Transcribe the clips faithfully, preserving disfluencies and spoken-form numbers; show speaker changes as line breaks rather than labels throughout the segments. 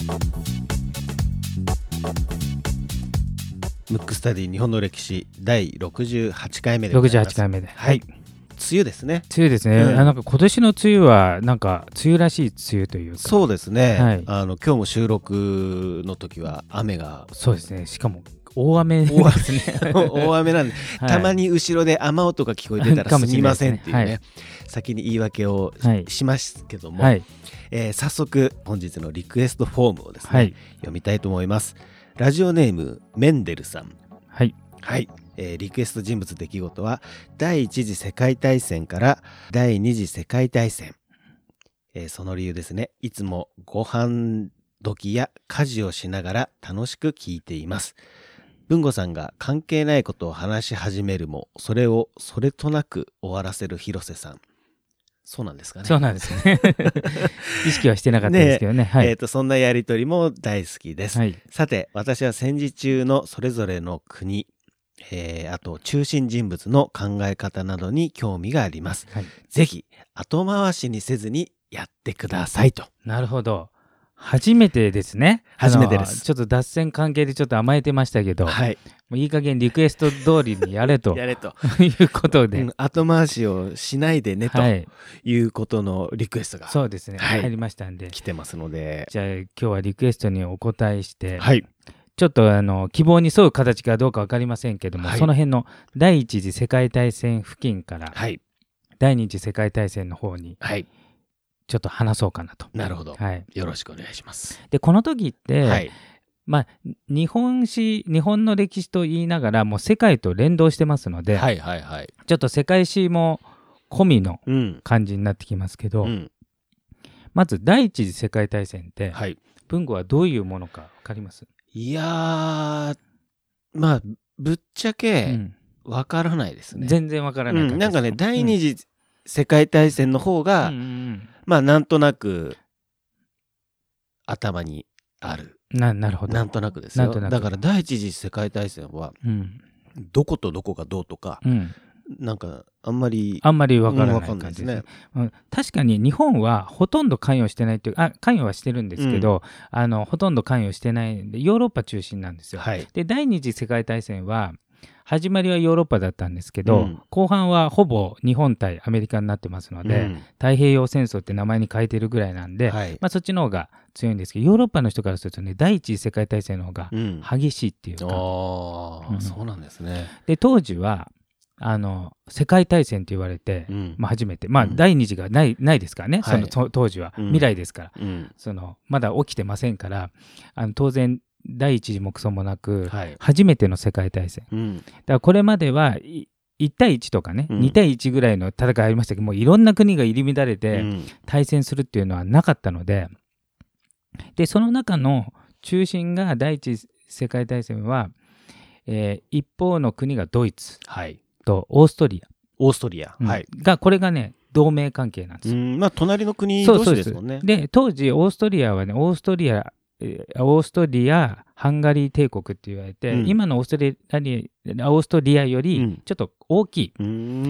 ムックスタディ日本の歴史だいろくじゅうはちかいめでございます。
ろくじゅうはちかいめで、はい、
梅雨ですね。
梅雨ですね、うん、あなんか今年の梅雨はなんか梅雨らしい梅雨というか。
そうですね、
はい、
あの今日も収録の時は雨が。
そうですね、しかも大雨ですね
大雨なんで、はい、たまに後ろで雨音が聞こえてたらすみませんっていうね、はい、先に言い訳を し,、はい、しますけども、はい、えー、早速本日のリクエストフォームをですね、はい、読みたいと思います。ラジオネームメンデルさん。
はい、
はい、えー、リクエスト人物出来事は第一次世界大戦から第二次世界大戦、えー、その理由ですね。いつもご飯時や家事をしながら楽しく聞いています。文吾さんが関係ないことを話し始めるもそれをそれとなく終わらせる広瀬さん。そうなんですかね。
そうなんですね意識はしてなかったですけどね、はい、
えーと、そんなやりとりも大好きです、はい、さて私は戦時中のそれぞれの国、えー、あと中心人物の考え方などに興味があります、はい、ぜひ後回しにせずにやってくださいと。
なるほど、初めてですね。
初めてです。
ちょっと脱線関係でちょっと甘えてましたけど、はい、もういい加減リクエスト通りにやれと
やれと
いうことで、
うん、後回しをしないでね、はい、ということのリクエストが
そうですね、
はい、
入りましたんで
来てますので、
じゃあ今日はリクエストにお答えして、
はい、
ちょっとあの希望に沿う形かどうか分かりませんけども、はい、その辺の第一次世界大戦付近から、はい、第二次世界大戦の方に、はい、ちょっと話そうかなと。
なるほど、
はい、
よろしくお願いします。
でこの時って、はい、まあ、日本史日本の歴史と言いながらもう世界と連動してますので、はいはいはい、ちょっと世界史も込みの感じになってきますけど、うん、まず第一次世界大戦って、はい、文吾はどういうものか分かります？
いやー、まあぶっちゃけ分からないですね、
うん、全然分からない感じです、
うん、なんかね第二次世界大戦の方が、うんうんうん、まあなんとなく頭にある。
な, なるほど。
なんとなくですよ。だから第一次世界大戦は、うん、どことどこがどうとか、うん、なんかあんまり
あんまり分からない感じですね。うん、確かに日本はほとんど関与してないっていうあ関与はしてるんですけど、うん、あのほとんど関与してないんでヨーロッパ中心なんですよ。はい、で第二次世界大戦は始まりはヨーロッパだったんですけど、うん、後半はほぼ日本対アメリカになってますので、うん、太平洋戦争って名前に変えてるぐらいなんで、はい、まあ、そっちの方が強いんですけど、ヨーロッパの人からするとね第一次世界大戦の方が激しいっていうか、うん、
あ、うん、そうなんですね。
で当時はあの世界大戦と言われて、うん、まあ、初めて、まあ、第二次がない、ないですからね、はい、その当時は、うん、未来ですから、うん、そのまだ起きてませんからあの当然第一次もクソもなく、はい、初めての世界大戦、うん、だからこれまではいち対いちとかね、うん、に対いちぐらいの戦いありましたけどもいろんな国が入り乱れて対戦するっていうのはなかったので、でその中の中心が第一次世界大戦は、えー、一方の国がドイツとオーストリア、
オーストリア、
うん、
はい、
がこれがね同盟関係なんですよ。
うん、まあ、隣の国同士ですもんね。
で、で当時オーストリアはねオーストリアオーストリアハンガリー帝国って言われて、うん、今のオーストリアオーストリアよりちょっと大きい、うん、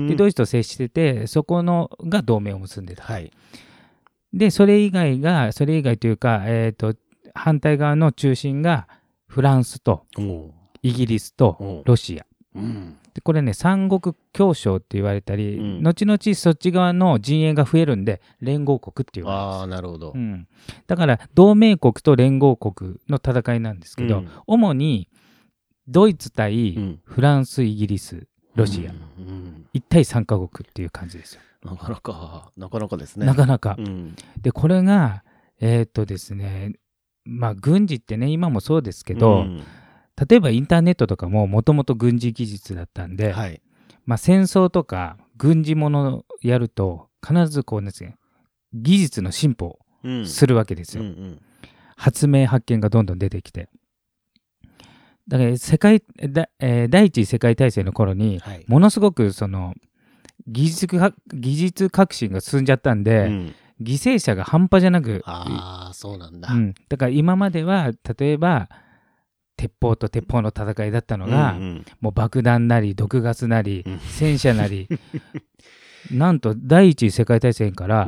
でドイツと接しててそこのが同盟を結んでた、はい、でそれ以外がそれ以外というか、えーと、反対側の中心がフランスとイギリスとロシア、うん、でこれね三国協商って言われたり、うん、後々そっち側の陣営が増えるんで連合国って言われます。
あー、なるほど、
うん、だから同盟国と連合国の戦いなんですけど、うん、主にドイツ対フランス、イギリス、ロシア、うんうん、いち対さんカ国っていう感じですよ。
なかなかなかなかですね。
なかなか、
うん、
でこれがえー、っとですねまあ軍事ってね今もそうですけど、うん、例えばインターネットとかももともと軍事技術だったんで、はい、まあ、戦争とか軍事ものをやると必ずこうですね技術の進歩をするわけですよ、うんうんうん、発明発見がどんどん出てきて、だから世界だ、えー、第一次世界大戦の頃に、はい、ものすごくその技術か技術革新が進んじゃったんで、うん、犠牲者が半端じゃなく、
ああそうなんだ、
うん、だから今までは例えば鉄砲と鉄砲の戦いだったのが、うんうん、もう爆弾なり毒ガスなり、うん、戦車なりなんと第一次世界大戦から、うん、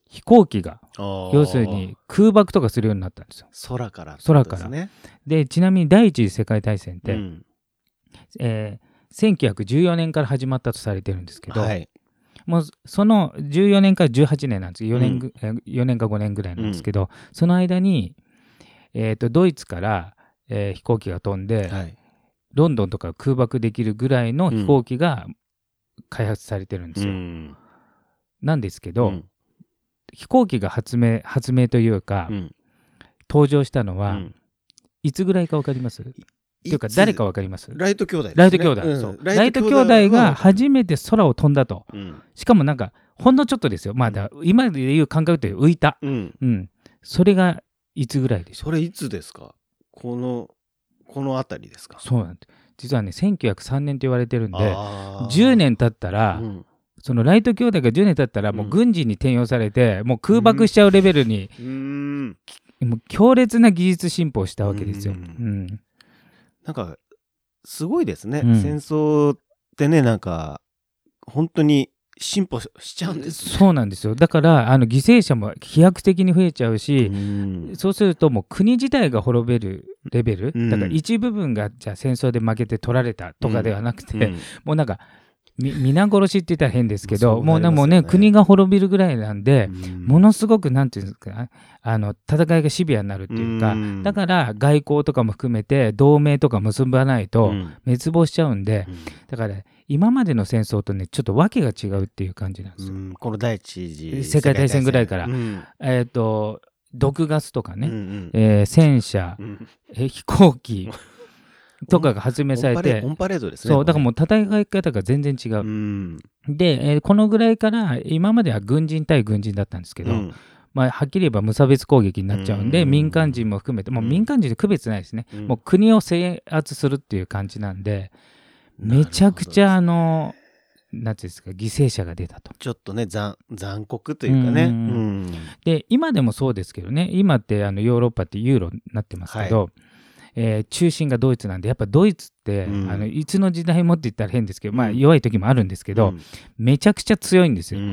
飛行機が要するに空爆とかするようになったんですよ。
空から、ね、
空からで、ちなみに第一次世界大戦って、うんえー、せんきゅうひゃくじゅうよねんから始まったとされてるんですけど、はい、もうそのじゅうよねんからじゅうはちねんなんですよ。よねん、うん、よねんかごねんぐらいなんですけど、うん、その間に、えー、とドイツから、えー、飛行機が飛んで、はい、ロンドンとか空爆できるぐらいの飛行機が開発されてるんですよ。うん、なんですけど、うん、飛行機が発明発明というか、うん、登場したのは、うん、いつぐらいか分かります？というか誰か分かります？
ライト兄弟ですね。
ライト兄弟、うん、そうライト兄弟が初めて空を飛んだと、うん、しかもなんかほんのちょっとですよ、まだ今でいう感覚で浮いた、うんうん、それがいつぐらいでしょう？
それいつですか？このこのあたりですか？
そうなんです。実はねせんきゅうひゃくさんねんと言われてるんで、じゅうねん経ったら、うん、そのライト兄弟がじゅうねん経ったらもう軍事に転用されて、うん、もう空爆しちゃうレベルに、うん、もう強烈な技術進歩をしたわけですよ。うんうん、
なんかすごいですね、うん、戦争ってね、なんか本当に進歩しちゃうんですね。
そうなんですよ。だからあの犠牲者も飛躍的に増えちゃうし、うん、そうするともう国自体が滅べるレベル、うん、だから一部分がじゃあ戦争で負けて取られたとかではなくて、うんうん、もうなんか皆殺しって言ったら変ですけど、もうもうね国が滅びるぐらいなんで、うん、ものすごくなんていうんですか、あの戦いがシビアになるっていうか、うん、だから外交とかも含めて同盟とか結ばないと滅亡しちゃうんで、うん、だから今までの戦争とねちょっと訳が違うっていう感じなんですよ。うん、
この第一次
世界大戦ぐらいから、うん、えっと毒ガスとかね、うんうんえー、戦車、うん、え飛行機とかが発明されて、
オンパレードですね。
そうだからもう戦い方が全然違う。うん、で、えー、このぐらいから今までは軍人対軍人だったんですけど、うんまあ、はっきり言えば無差別攻撃になっちゃうんで、うん、民間人も含めてもう民間人で区別ないですね、うん、もう国を制圧するっていう感じなんで、めちゃくちゃあのなんていうんですか、犠牲者が出たと。
ちょっとね 残, 残酷というかね、うんうん、
で今でもそうですけどね、今ってあのヨーロッパってユーロになってますけど、はいえー、中心がドイツなんで、やっぱドイツって、うん、あのいつの時代もって言ったら変ですけど、まあ、弱い時もあるんですけど、うん、めちゃくちゃ強いんですよ、うんうん、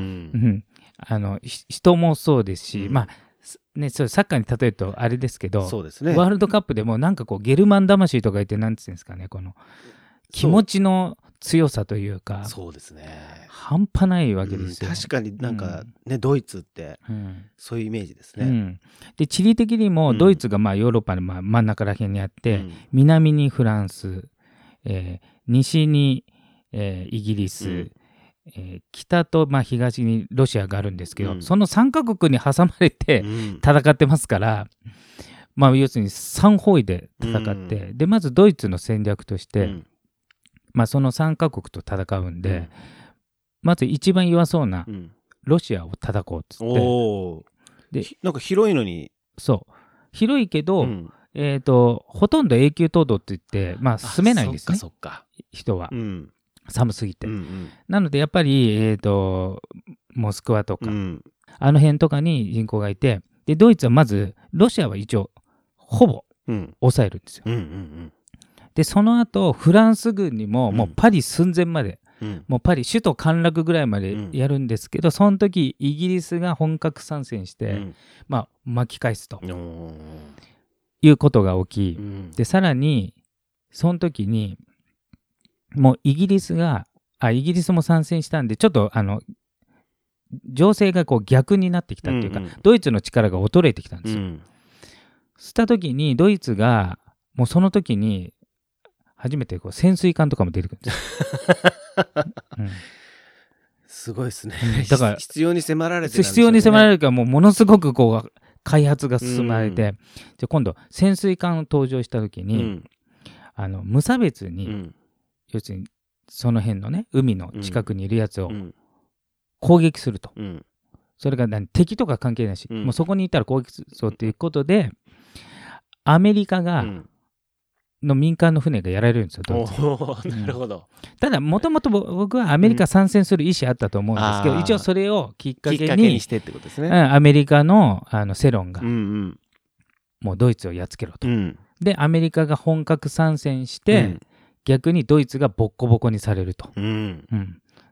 あの人もそうですし、まあね、そうサッカーに例えるとあれですけど、
そうですね、
ワールドカップでもなんかこうゲルマン魂とか言って、なんていうんですかね、この気持ちの強さというか、
そうですね、
半端ないわけですよ、
うん、確かになんかね、うん、ドイツってそういうイメージですね、
うん、で地理的にもドイツがまあヨーロッパのまあ真ん中ら辺にあって、うん、南にフランス、えー、西に、えー、イギリス、うんえー、北とまあ東にロシアがあるんですけど、うん、そのさんカ国に挟まれて戦ってますから、うん、まあ要するにさん方位で戦って、うん、でまずドイツの戦略として、うんまあ、そのさんカ国と戦うんで、うん、まず一番弱そうなロシアを叩こうっつって、うん、
おでなんか広いのに
そう広いけど、うんえー、とほとんど永久凍土って言って、まあ、住めないんですね、
そっかそっか
人は、うん、寒すぎて、うんうん、なのでやっぱり、えー、とモスクワとか、うん、あの辺とかに人口がいて、でドイツはまずロシアは一応ほぼ抑えるんですよ、うんうんうんうんでその後フランス軍にももうパリ寸前まで、うん、もうパリ首都陥落ぐらいまでやるんですけど、うん、その時イギリスが本格参戦して、うんまあ、巻き返すということが起き、うん、でさらにその時にもうイギリスがあイギリスも参戦したんでちょっとあの情勢がこう逆になってきたっていうか、うんうん、ドイツの力が衰えてきたんですよ、うん、そうした時にドイツがもうその時に初めてこう潜水艦とかも出てくるんですよ、うん、
すごいですね。だから必要に迫られて、
ね、必要に迫られるからもうものすごくこう開発が進まれて、うん、じゃ今度潜水艦登場した時に、うん、あの無差別に、うん、要するにその辺のね海の近くにいるやつを攻撃すると、うん、それが何敵とか関係ないし、うん、もうそこにいたら攻撃するぞっていうことでアメリカが、うんの民間の船がやられるんですよ、ドイツ。
なるほど、
うん、ただもともと僕はアメリカ参戦する意思あったと思うんですけど、うん、一応それをきっかけに、きっかけにしてってことですね、うん、アメリカ の, あの世論が、うんうん、もうドイツをやっつけろと、うん、でアメリカが本格参戦して、うん、逆にドイツがボッコボコにされると、うんうん、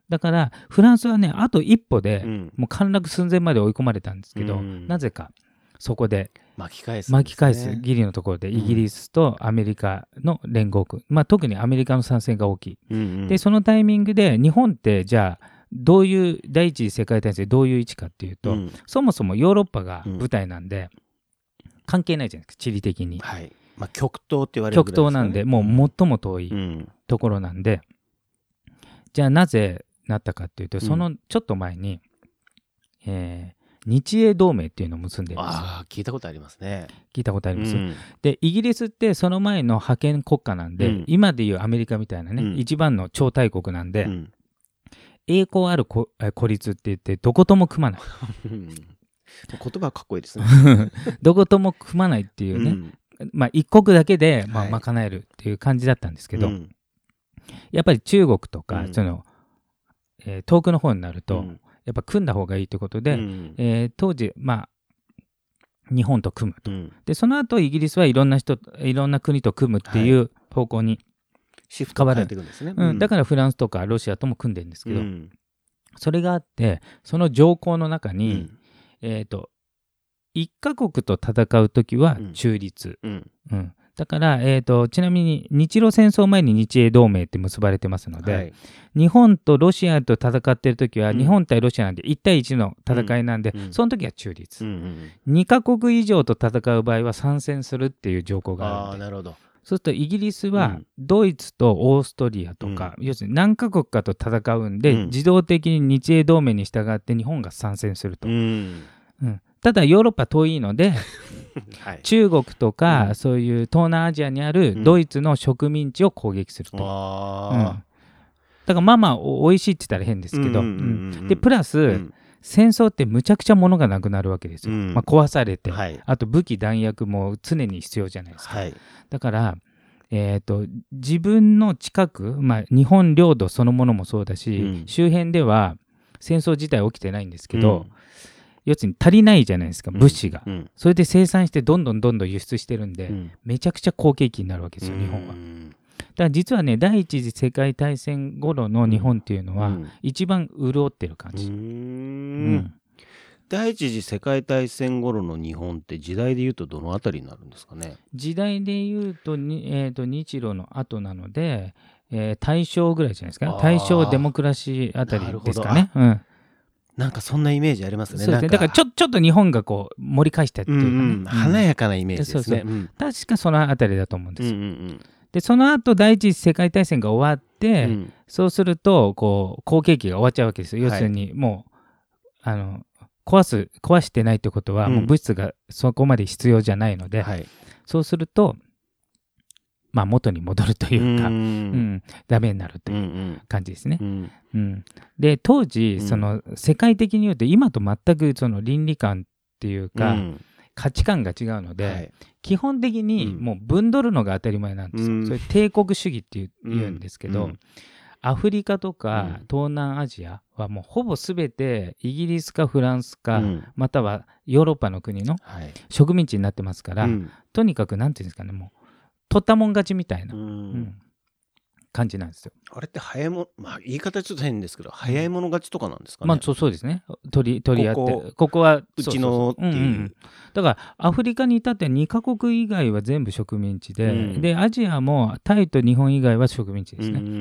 だからフランスはね、あと一歩で、うん、もう陥落寸前まで追い込まれたんですけど、うん、なぜかそこで
巻き返す、
ね、巻き返すギリのところでイギリスとアメリカの連合軍、うん、まあ、特にアメリカの参戦が大きい、うんうん、でそのタイミングで日本ってじゃあどういう第一次世界大戦どういう位置かっていうと、うん、そもそもヨーロッパが舞台なんで、うん、関係ないじゃないですか、地理的に、
はい、まあ、極東って言われるぐらいですかね。
極東なんでもう最も遠いところなんで、うん、じゃあなぜなったかっていうと、そのちょっと前に、えー、日英同盟っていうのを結んでるんですよ。
ああ、聞いたことありますね。
聞いたことあります、うん、でイギリスってその前の覇権国家なんで、うん、今でいうアメリカみたいなね、うん、一番の超大国なんで、うん、栄光ある孤立って言ってどことも組まない
言葉はかっこいいですね
どことも組まないっていうね、うん、まあ一国だけで、まあ、賄えるっていう感じだったんですけど、はい、やっぱり中国とか、うん、そのえー、遠くの方になると、うん、やっぱ組んだ方がいいということで、うんえー、当時まあ日本と組むと、うん、でその後イギリスはいろんな人いろんな国と組むっていう方向に
シフト変わっていくんですね、
うんうん、だからフランスとかロシアとも組んでるんですけど、うん、それがあってその条項の中に、うんえー、といっカ国と戦うときは中立、うんうん、だから、えーと、ちなみに日露戦争前に日英同盟って結ばれてますので、はい、日本とロシアと戦ってるときは、うん、日本対ロシアなんでいち対いちの戦いなんで、うん、その時は中立、うんうんうん、にカ国以上と戦う場合は参戦するっていう条項があるので、あー、なるほど。そうするとイギリスはドイツとオーストリアとか、うん、要するに何カ国かと戦うんで、うん、自動的に日英同盟に従って日本が参戦すると、うんうん、ただヨーロッパ遠いのではい、中国とか、うん、そういう東南アジアにあるドイツの植民地を攻撃すると、うんうん、だからまあまあおいしいって言ったら変ですけど、うんうんうんうん、でプラス、うん、戦争ってむちゃくちゃ物がなくなるわけですよ、うんまあ、壊されて、はい、あと武器弾薬も常に必要じゃないですか、はい、だから、えーと、自分の近く、まあ、日本領土そのものもそうだし、うん、周辺では戦争自体起きてないんですけど、うん要するに足りないじゃないですか物資が、うんうん、それで生産してどんどんどんどん輸出してるんで、うん、めちゃくちゃ好景気になるわけですよ日本は。だから実はね第一次世界大戦頃の日本っていうのは、うん、一番潤ってる感じ、うんうん、
第一次世界大戦頃の日本って時代でいうとどのあたりになるんですかね。
時代でいうと、に、えーと日露の後なので、えー、大正ぐらいじゃないですか、大正デモクラシーあたりですかね。うん
なんかそんなイメージありますね。
そうですね。だからちょ、ちょっと日本がこう盛り返したっていうかね、うんうん、
華やかなイメージですね。そうそう、
うん、確かそのあたりだと思うんですよ。うんうんうん、でその後第一次世界大戦が終わって、うん、そうするとこう好景気が終わっちゃうわけですよ。要するにもう、はい、あの壊す壊してないってことは、うん、もう物質がそこまで必要じゃないので、はい、そうするとまあ、元に戻るというか、うん、うん、ダメになるという感じですね。うんうん、で当時その世界的に言うと今と全くその倫理観っていうか、うん、価値観が違うので、はい、基本的にもう分取るのが当たり前なんですよ。うん、それ帝国主義っていう、うん、言うんですけど、うん、アフリカとか東南アジアはもうほぼ全てイギリスかフランスか、うん、またはヨーロッパの国の植民地になってますから、はい、とにかくなんていうんですかね、もう取ったもん勝ちみたいな、うんうん、感じなんですよ。
あれって早いも、まあ、言い方ちょっと変ですけど早い者勝ちとかなんですかね。
まあ、そう、そうですね。取り、取り合ってここ、ここは
うちのっていう、うんうん、
だからアフリカに至ってにカ国以外は全部植民地で、うん、でアジアもタイと日本以外は植民地ですね、うんうんうん、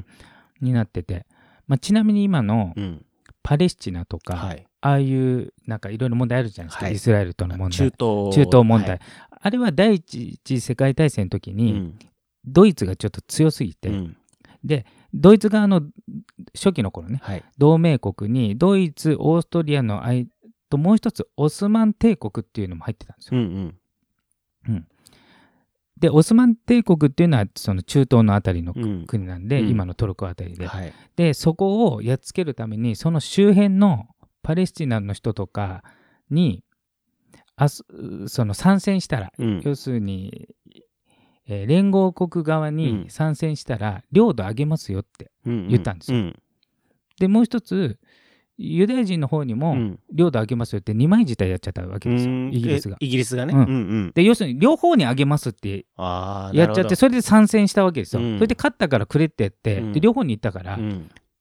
になってて、まあ、ちなみに今のパレスチナとか、はい、ああいうなんかいろいろ問題あるじゃないですか、はい、イスラエルとの問題、
中東、
中東問題、はい、あれは第一次世界大戦の時に、うん、ドイツがちょっと強すぎて、うん、でドイツ側の初期の頃ね、はい、同盟国にドイツオーストリアの間ともう一つオスマン帝国っていうのも入ってたんですよ、うんうんうん、でオスマン帝国っていうのはその中東のあたりの国なんで、うん、今のトルコあたりで、はい、でそこをやっつけるためにその周辺のパレスチナの人とかにあその参戦したら、うん、要するに、えー、連合国側に参戦したら領土あげますよって言ったんですよ、うんうん、でもう一つユダヤ人の方にも領土あげますよってにまい自体やっちゃったわけですよ、うん、イギリスが
イギリスがね、
うんうん、で要するに両方にあげますってやっちゃってそれで参戦したわけですよ、うん、それで勝ったからくれってやって、うん、で両方に行ったから、うん、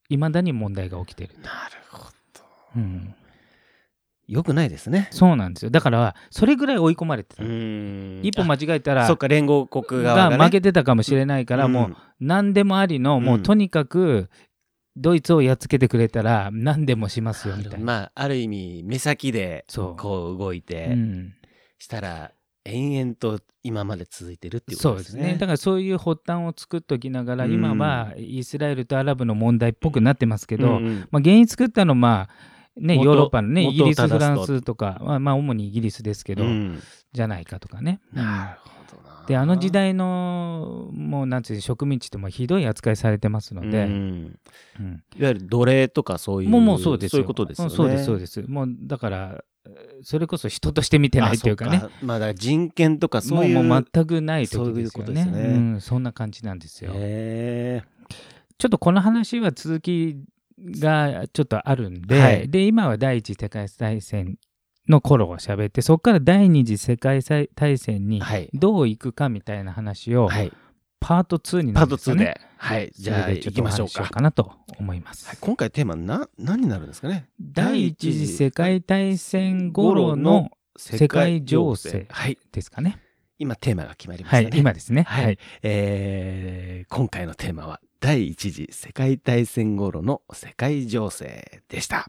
いまだに問題が起きてる。
なるほど、
うん、
よくないですね。
そうなんですよ。だからそれぐらい追い込まれてた。一歩間違えたら
そっか、連合国側が、ね、
が負けてたかもしれないから、うん、もう何でもありの、うん、もうとにかくドイツをやっつけてくれたら何でもしますよみたいな。
まあある意味目先でこう動いて、うん、したら延々と今まで続いてるっていうことですね。
そうですね。だからそういう発端を作っておきながら、うん、今はイスラエルとアラブの問題っぽくなってますけど、うんうん、まあ、原因作ったのはまあね、ヨーロッパのねイギリスフランスとか、まあ、まあ主にイギリスですけど、うん、じゃないかとかね。
なるほどな。
であの時代のもうなんていう植民地ってもひどい扱いされてますので、うん
うん、いわゆる奴隷とかそういう
もうもうそうですよ。
そういうことですよね。
そうですそうです。もうだからそれこそ人として見てないというかね。
あまあ、だから人権とかそういう
もう全くない時ですよね。
そういうことですね。
うん、そんな感じなんですよ。
へー。
ちょっとこの話は続きがちょっとあるんで、はい、で今は第一次世界大戦の頃を喋って、そこから第二次世界大戦にどういくかみたいな話を、はい、パートツーになるんですよね。
パートツーで、はい、じゃあ行きましょうか。
しようかなと思います。
はい、今回テーマな何になるんですかね。
第一次世界大戦頃の世界情勢ですかね。はい、
今テーマが決まりましたね。
はい、今ですね。
はい、はい、えー、今回のテーマは第一次世界大戦頃の世界情勢でした。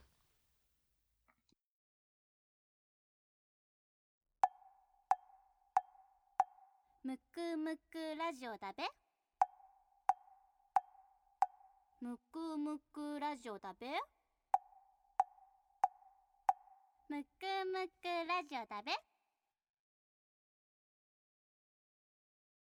むくむくラジオだべ。むくむくラジオだべ。むくむくラジオだべ。